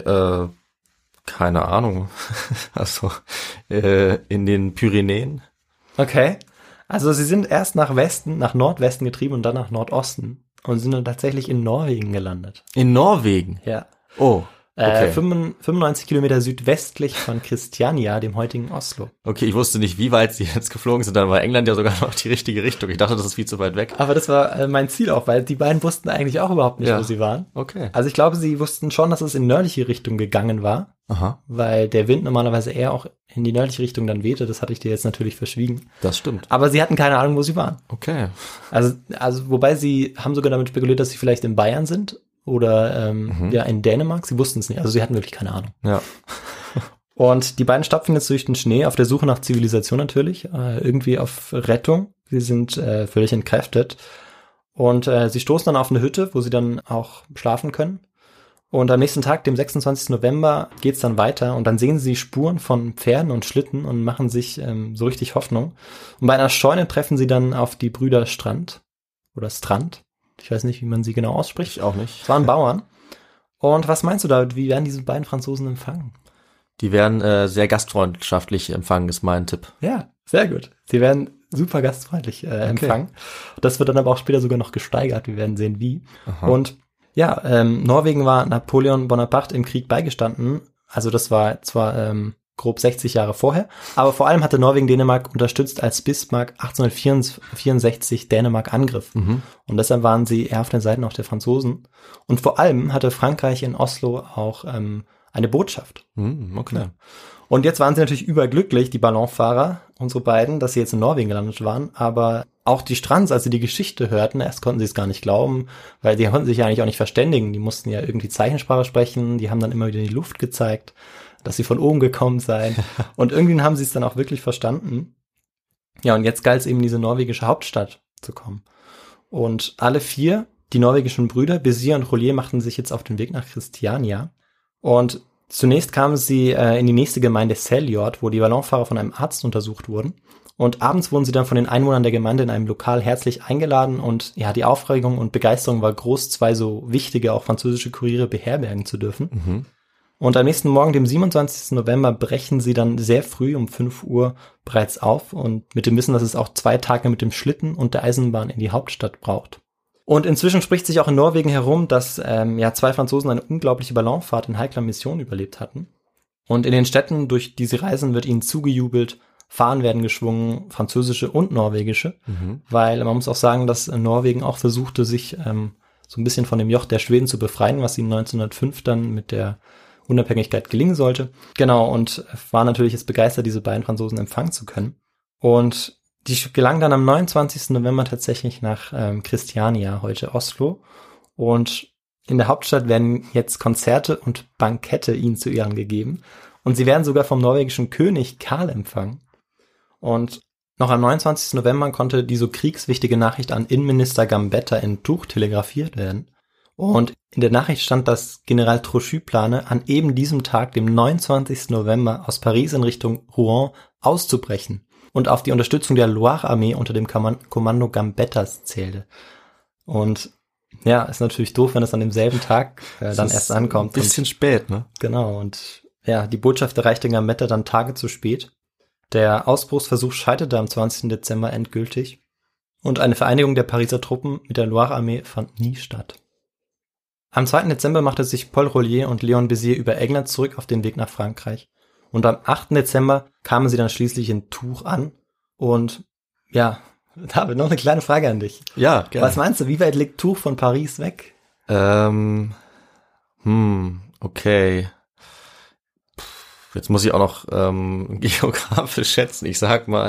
keine Ahnung. Also, in den Pyrenäen. Okay. Also sie sind erst nach Nordwesten getrieben und dann nach Nordosten und sind dann tatsächlich in Norwegen gelandet. In Norwegen? Ja. Oh. Okay. 95 Kilometer südwestlich von Kristiania, dem heutigen Oslo. Okay, ich wusste nicht, wie weit sie jetzt geflogen sind, dann war England ja sogar noch die richtige Richtung. Ich dachte, das ist viel zu weit weg. Aber das war mein Ziel auch, weil die beiden wussten eigentlich auch überhaupt nicht, wo sie waren. Okay. Also ich glaube, sie wussten schon, dass es in nördliche Richtung gegangen war. Aha. Weil der Wind normalerweise eher auch in die nördliche Richtung dann wehte. Das hatte ich dir jetzt natürlich verschwiegen. Das stimmt. Aber sie hatten keine Ahnung, wo sie waren. Okay. Also wobei sie haben sogar damit spekuliert, dass sie vielleicht in Bayern sind. Oder in Dänemark. Sie wussten es nicht. Also sie hatten wirklich keine Ahnung. Ja. Und die beiden stapfen jetzt durch den Schnee auf der Suche nach Zivilisation natürlich. Irgendwie auf Rettung. Sie sind völlig entkräftet. Und sie stoßen dann auf eine Hütte, wo sie dann auch schlafen können. Und am nächsten Tag, dem 26. November, geht's dann weiter. Und dann sehen sie Spuren von Pferden und Schlitten und machen sich so richtig Hoffnung. Und bei einer Scheune treffen sie dann auf die Brüder Strand. Ich weiß nicht, wie man sie genau ausspricht. Ich auch nicht. Es waren Bauern. Und was meinst du, David, wie werden diese beiden Franzosen empfangen? Die werden sehr gastfreundschaftlich empfangen, ist mein Tipp. Ja, sehr gut. Sie werden super gastfreundlich empfangen. Das wird dann aber auch später sogar noch gesteigert. Wir werden sehen, wie. Aha. Und ja, Norwegen war Napoleon Bonaparte im Krieg beigestanden. Also das war zwar grob 60 Jahre vorher, aber vor allem hatte Norwegen Dänemark unterstützt, als Bismarck 1864 Dänemark angriff. Mhm. Und deshalb waren sie eher auf den Seiten auch der Franzosen. Und vor allem hatte Frankreich in Oslo auch eine Botschaft. Mhm, okay. Ja. Und jetzt waren sie natürlich überglücklich, die Ballonfahrer, unsere beiden, dass sie jetzt in Norwegen gelandet waren. Aber auch die Strands, als sie die Geschichte hörten, erst konnten sie es gar nicht glauben, weil die konnten sich ja eigentlich auch nicht verständigen. Die mussten ja irgendwie Zeichensprache sprechen, die haben dann immer wieder in die Luft gezeigt, dass sie von oben gekommen seien. Und irgendwie haben sie es dann auch wirklich verstanden. Ja, und jetzt galt es eben, in diese norwegische Hauptstadt zu kommen. Und alle vier, die norwegischen Brüder, Bézier und Rollier, machten sich jetzt auf den Weg nach Kristiania. Und zunächst kamen sie in die nächste Gemeinde Seljord, wo die Ballonfahrer von einem Arzt untersucht wurden. Und abends wurden sie dann von den Einwohnern der Gemeinde in einem Lokal herzlich eingeladen. Und ja, die Aufregung und Begeisterung war groß, zwei so wichtige, auch französische Kuriere beherbergen zu dürfen. Mhm. Und am nächsten Morgen, dem 27. November, brechen sie dann sehr früh um 5 Uhr bereits auf und mit dem Wissen, dass es auch 2 Tage mit dem Schlitten und der Eisenbahn in die Hauptstadt braucht. Und inzwischen spricht sich auch in Norwegen herum, dass 2 Franzosen eine unglaubliche Ballonfahrt in heikler Mission überlebt hatten. Und in den Städten, durch die sie reisen, wird ihnen zugejubelt, Fahnen werden geschwungen, französische und norwegische, weil man muss auch sagen, dass Norwegen auch versuchte, sich so ein bisschen von dem Joch der Schweden zu befreien, was ihnen 1905 dann mit der Unabhängigkeit gelingen sollte. Genau, und war natürlich jetzt begeistert, diese beiden Franzosen empfangen zu können. Und die gelangen dann am 29. November tatsächlich nach Christiania, heute Oslo. Und in der Hauptstadt werden jetzt Konzerte und Bankette ihnen zu Ehren gegeben. Und sie werden sogar vom norwegischen König Karl empfangen. Und noch am 29. November konnte die so kriegswichtige Nachricht an Innenminister Gambetta in Tuch telegrafiert werden. Und in der Nachricht stand, dass General Trochu plane, an eben diesem Tag, dem 29. November, aus Paris in Richtung Rouen auszubrechen und auf die Unterstützung der Loire-Armee unter dem Kommando Gambettas zählte. Und ja, ist natürlich doof, wenn es an demselben Tag dann erst ankommt. Ein bisschen spät, ne? Genau, und ja, die Botschaft erreichte Gambetta dann Tage zu spät. Der Ausbruchsversuch scheiterte am 20. Dezember endgültig und eine Vereinigung der Pariser Truppen mit der Loire-Armee fand nie statt. Am 2. Dezember machte sich Paul Rollier und Léon Béziers über England zurück auf den Weg nach Frankreich. Und am 8. Dezember kamen sie dann schließlich in Tours an. Und ja, David, noch eine kleine Frage an dich. Ja, gerne. Was meinst du, wie weit liegt Tours von Paris weg? Okay. Jetzt muss ich auch noch geografisch schätzen. Ich sag mal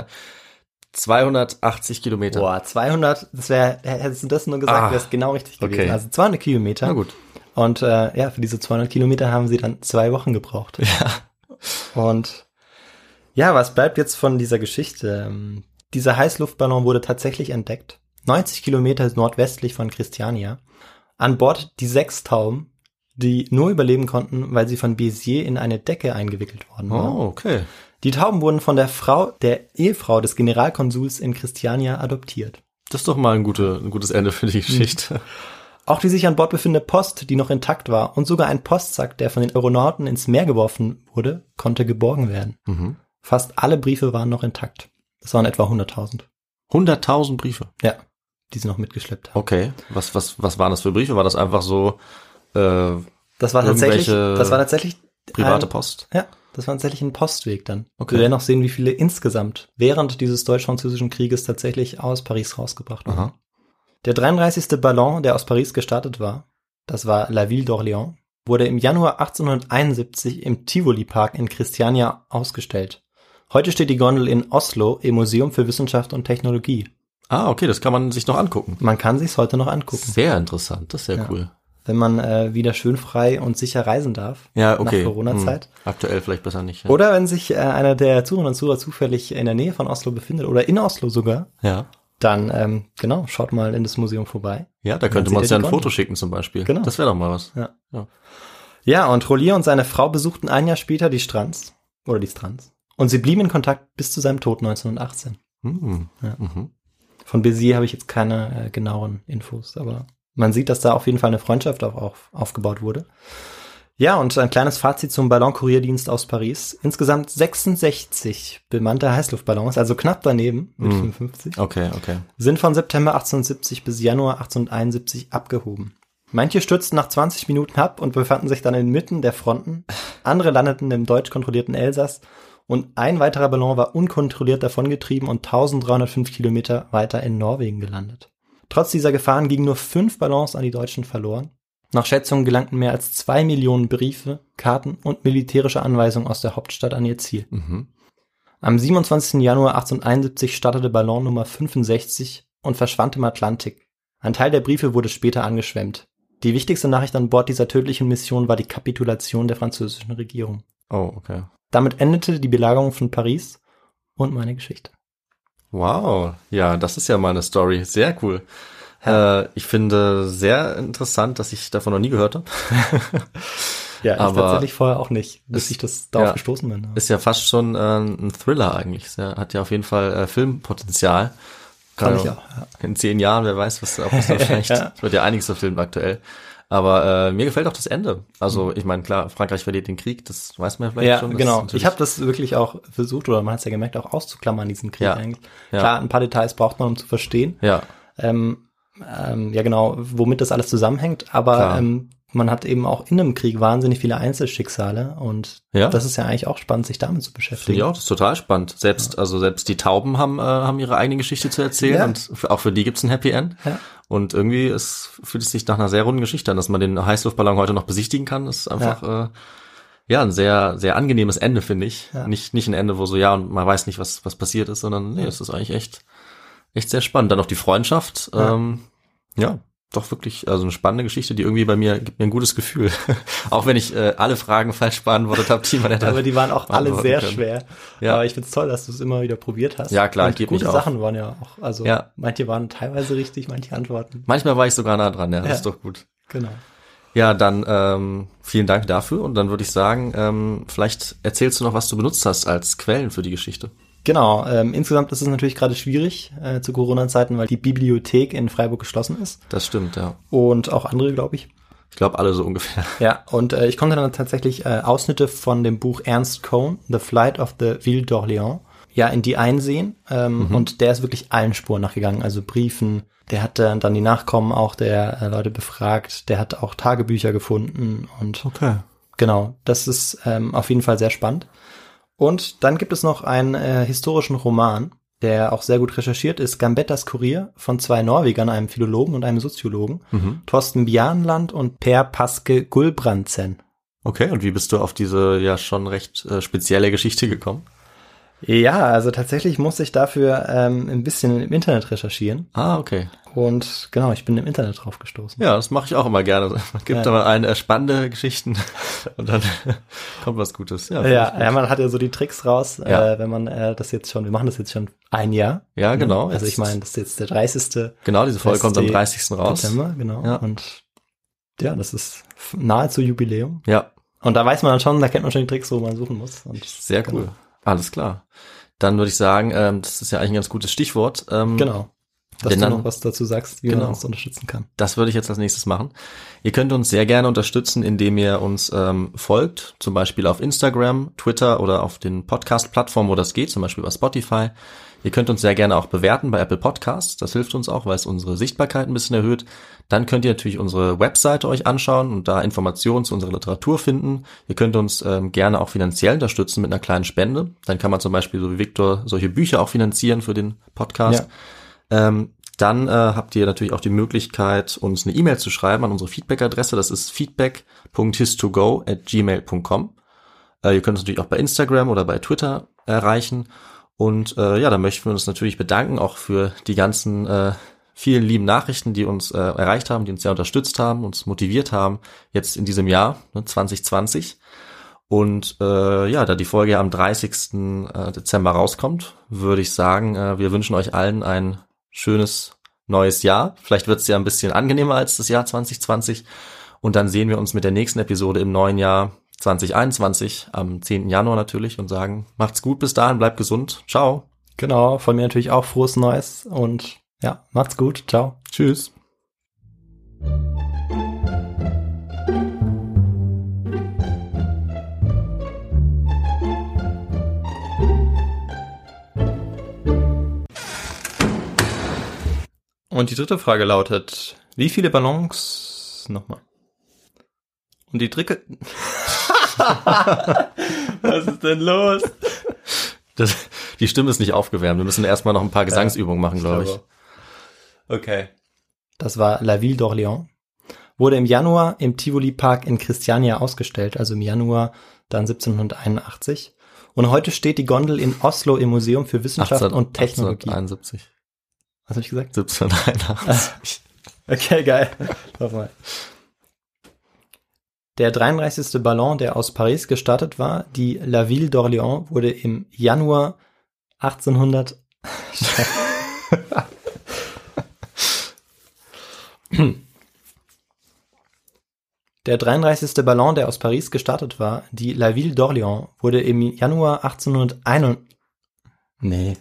280 Kilometer. Boah, 200, hättest du das nur gesagt, wäre es genau richtig gewesen. Okay. Also 200 Kilometer. Na gut. Und für diese 200 Kilometer haben sie dann 2 Wochen gebraucht. Ja. Und ja, was bleibt jetzt von dieser Geschichte? Dieser Heißluftballon wurde tatsächlich entdeckt. 90 Kilometer nordwestlich von Christiania. An Bord die 6 Tauben, die nur überleben konnten, weil sie von Béziers in eine Decke eingewickelt worden waren. Oh, okay. Die Tauben wurden von der Ehefrau des Generalkonsuls in Christiania adoptiert. Das ist doch mal ein gutes Ende für die Geschichte. Auch die sich an Bord befindende Post, die noch intakt war, und sogar ein Postsack, der von den Aeronauten ins Meer geworfen wurde, konnte geborgen werden. Fast alle Briefe waren noch intakt. Das waren etwa 100.000. 100.000 Briefe? Ja, die sie noch mitgeschleppt haben. Okay. Was waren das für Briefe? War das einfach so das war tatsächlich private Post? Ja, das war tatsächlich ein Postweg dann. Okay. Wir werden noch sehen, wie viele insgesamt während dieses deutsch-französischen Krieges tatsächlich aus Paris rausgebracht wurden. Aha. Der 33. Ballon, der aus Paris gestartet war, das war La Ville d'Orléans, wurde im Januar 1871 im Tivoli-Park in Christiania ausgestellt. Heute steht die Gondel in Oslo im Museum für Wissenschaft und Technologie. Ah, okay, das kann man sich noch angucken. Man kann sich's heute noch angucken. Sehr interessant, das ist sehr cool. Wenn man wieder schön frei und sicher reisen darf. Ja, okay. Nach Corona-Zeit. Aktuell vielleicht besser nicht. Ja. Oder wenn sich einer der Zuhörerinnen und Zuhörer zufällig in der Nähe von Oslo befindet oder in Oslo sogar. Ja. Dann, schaut mal in das Museum vorbei. Ja, da könnte man uns ja ein Foto schicken zum Beispiel. Genau. Das wäre doch mal was. Ja, und Rollier und seine Frau besuchten ein Jahr später die Strands. Und sie blieben in Kontakt bis zu seinem Tod 1918. Von Béziers habe ich jetzt keine genaueren Infos, aber man sieht, dass da auf jeden Fall eine Freundschaft auch aufgebaut wurde. Ja, und ein kleines Fazit zum Ballon-Kurierdienst aus Paris. Insgesamt 66 bemannte Heißluftballons, also knapp daneben mit 55. Okay. Sind von September 1870 bis Januar 1871 abgehoben. Manche stürzten nach 20 Minuten ab und befanden sich dann inmitten der Fronten. Andere landeten im deutsch kontrollierten Elsass. Und ein weiterer Ballon war unkontrolliert davongetrieben und 1305 Kilometer weiter in Norwegen gelandet. Trotz dieser Gefahren gingen nur 5 Ballons an die Deutschen verloren. Nach Schätzungen gelangten mehr als 2 Millionen Briefe, Karten und militärische Anweisungen aus der Hauptstadt an ihr Ziel. Am 27. Januar 1871 startete Ballon Nummer 65 und verschwand im Atlantik. Ein Teil der Briefe wurde später angeschwemmt. Die wichtigste Nachricht an Bord dieser tödlichen Mission war die Kapitulation der französischen Regierung. Oh, okay. Damit endete die Belagerung von Paris und meine Geschichte. Wow, ja, das ist ja mal eine Story. Sehr cool. Ja. Ich finde sehr interessant, dass ich davon noch nie gehört habe. Ja, ich tatsächlich vorher auch nicht, bis ich darauf gestoßen bin. Ist ja fast schon ein Thriller eigentlich. Hat ja auf jeden Fall Filmpotenzial. Kann ich auch, ja. In 10 Jahren, wer weiß, was da vielleicht. Es wird ja einiges verfilmt aktuell. Aber mir gefällt auch das Ende. Also ich meine, klar, Frankreich verliert den Krieg, das weiß man ja vielleicht schon. Ja, genau. Ich habe das wirklich auch versucht, oder man hat es ja gemerkt, auch auszuklammern, diesen Krieg eigentlich. Ja. Klar, ein paar Details braucht man, um zu verstehen. Ja. Ja, genau, womit das alles zusammenhängt. Aber man hat eben auch in einem Krieg wahnsinnig viele Einzelschicksale. Und das ist ja eigentlich auch spannend, sich damit zu beschäftigen. Ja, das ist total spannend. Selbst die Tauben haben ihre eigene Geschichte zu erzählen und auch für die gibt's ein Happy End. Ja. Und irgendwie fühlt es sich nach einer sehr runden Geschichte an, dass man den Heißluftballon heute noch besichtigen kann. Das ist einfach ein sehr, sehr angenehmes Ende, finde ich. Ja. Nicht ein Ende, wo so und man weiß nicht, was passiert ist, sondern es ist eigentlich echt sehr spannend. Dann noch die Freundschaft. Doch wirklich, also eine spannende Geschichte, die irgendwie gibt mir ein gutes Gefühl. Auch wenn ich alle Fragen falsch beantwortet habe, die man hätte. Aber die waren auch alle sehr können. Schwer. Ja. Aber ich find's toll, dass du es immer wieder probiert hast. Ja, klar, und ich gebe mich gute auch. Sachen waren ja auch, also manche waren teilweise richtig, manche Antworten. Manchmal war ich sogar nah dran, das ist doch gut. Genau. Ja, dann vielen Dank dafür und dann würde ich sagen, vielleicht erzählst du noch, was du benutzt hast als Quellen für die Geschichte. Genau, insgesamt ist es natürlich gerade schwierig zu Corona-Zeiten, weil die Bibliothek in Freiburg geschlossen ist. Das stimmt, ja. Und auch andere, glaube ich. Ich glaube, alle so ungefähr. Ja, und ich konnte dann tatsächlich Ausschnitte von dem Buch Ernst Cohn, The Flight of the Ville d'Orléans, in die einsehen. Und der ist wirklich allen Spuren nachgegangen, also Briefen. Der hat dann die Nachkommen auch der Leute befragt. Der hat auch Tagebücher gefunden. Und genau, das ist auf jeden Fall sehr spannend. Und dann gibt es noch einen historischen Roman, der auch sehr gut recherchiert ist, Gambettas Kurier von 2 Norwegern, einem Philologen und einem Soziologen, Thorsten Bjarnland und Per Paske Gulbrandsen. Okay, und wie bist du auf diese schon recht spezielle Geschichte gekommen? Ja, also tatsächlich musste ich dafür ein bisschen im Internet recherchieren. Ah, okay. Und genau, ich bin im Internet drauf gestoßen. Ja, das mache ich auch immer gerne. Man gibt da mal spannende Geschichten und dann kommt was Gutes. Ja, man hat ja so die Tricks raus, wenn man wir machen das jetzt schon ein Jahr. Ja, genau. Also ich meine, das ist jetzt der 30. Genau, diese Folge kommt am 30. raus. September, genau. Ja. Und das ist nahezu Jubiläum. Ja. Und da weiß man dann schon, da kennt man schon die Tricks, wo man suchen muss. Und sehr cool. Genau. Alles klar. Dann würde ich sagen, das ist ja eigentlich ein ganz gutes Stichwort. Genau. Dass du noch was dazu sagst, wie man uns unterstützen kann. Das würde ich jetzt als nächstes machen. Ihr könnt uns sehr gerne unterstützen, indem ihr uns folgt, zum Beispiel auf Instagram, Twitter oder auf den Podcast-Plattformen, wo das geht, zum Beispiel bei Spotify. Ihr könnt uns sehr gerne auch bewerten bei Apple Podcasts. Das hilft uns auch, weil es unsere Sichtbarkeit ein bisschen erhöht. Dann könnt ihr natürlich unsere Webseite euch anschauen und da Informationen zu unserer Literatur finden. Ihr könnt uns gerne auch finanziell unterstützen mit einer kleinen Spende. Dann kann man zum Beispiel, so wie Victor, solche Bücher auch finanzieren für den Podcast. Ja. Dann habt ihr natürlich auch die Möglichkeit, uns eine E-Mail zu schreiben an unsere Feedback-Adresse. Das ist feedback.histogo@gmail.com. Ihr könnt uns natürlich auch bei Instagram oder bei Twitter erreichen. Und da möchten wir uns natürlich bedanken, auch für die ganzen vielen lieben Nachrichten, die uns erreicht haben, die uns sehr unterstützt haben, uns motiviert haben, jetzt in diesem Jahr, 2020. Und da die Folge am 30. Dezember rauskommt, würde ich sagen, wir wünschen euch allen ein schönes neues Jahr. Vielleicht wird es ja ein bisschen angenehmer als das Jahr 2020. Und dann sehen wir uns mit der nächsten Episode im neuen Jahr 2021, am 10. Januar natürlich, und sagen, macht's gut bis dahin, bleibt gesund. Ciao. Genau, von mir natürlich auch frohes Neues und macht's gut. Ciao. Tschüss. Und die dritte Frage lautet, wie viele Ballons nochmal? Und die dritte... Was ist denn los? Die Stimme ist nicht aufgewärmt. Wir müssen erstmal noch ein paar Gesangsübungen machen, glaube ich. Okay. Das war La Ville d'Orléans. Wurde im Januar im Tivoli Park in Christiania ausgestellt, also im Januar dann 1781. Und heute steht die Gondel in Oslo im Museum für Wissenschaft und Technologie. 1871. Was habe ich gesagt? 1781. Okay, geil. Nochmal. Der 33. Ballon, der aus Paris gestartet war, die La Ville d'Orléans, wurde im Januar 1800... Der 33. Ballon, der aus Paris gestartet war, die La Ville d'Orléans, wurde im Januar 1801... Nee.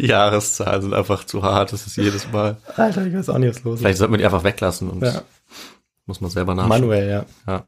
Jahreszahlen sind einfach zu hart, das ist jedes Mal. Alter, ich weiß auch nicht, was los ist. Vielleicht sollte man die einfach weglassen und muss man selber nachschauen. Manuell, ja. Ja.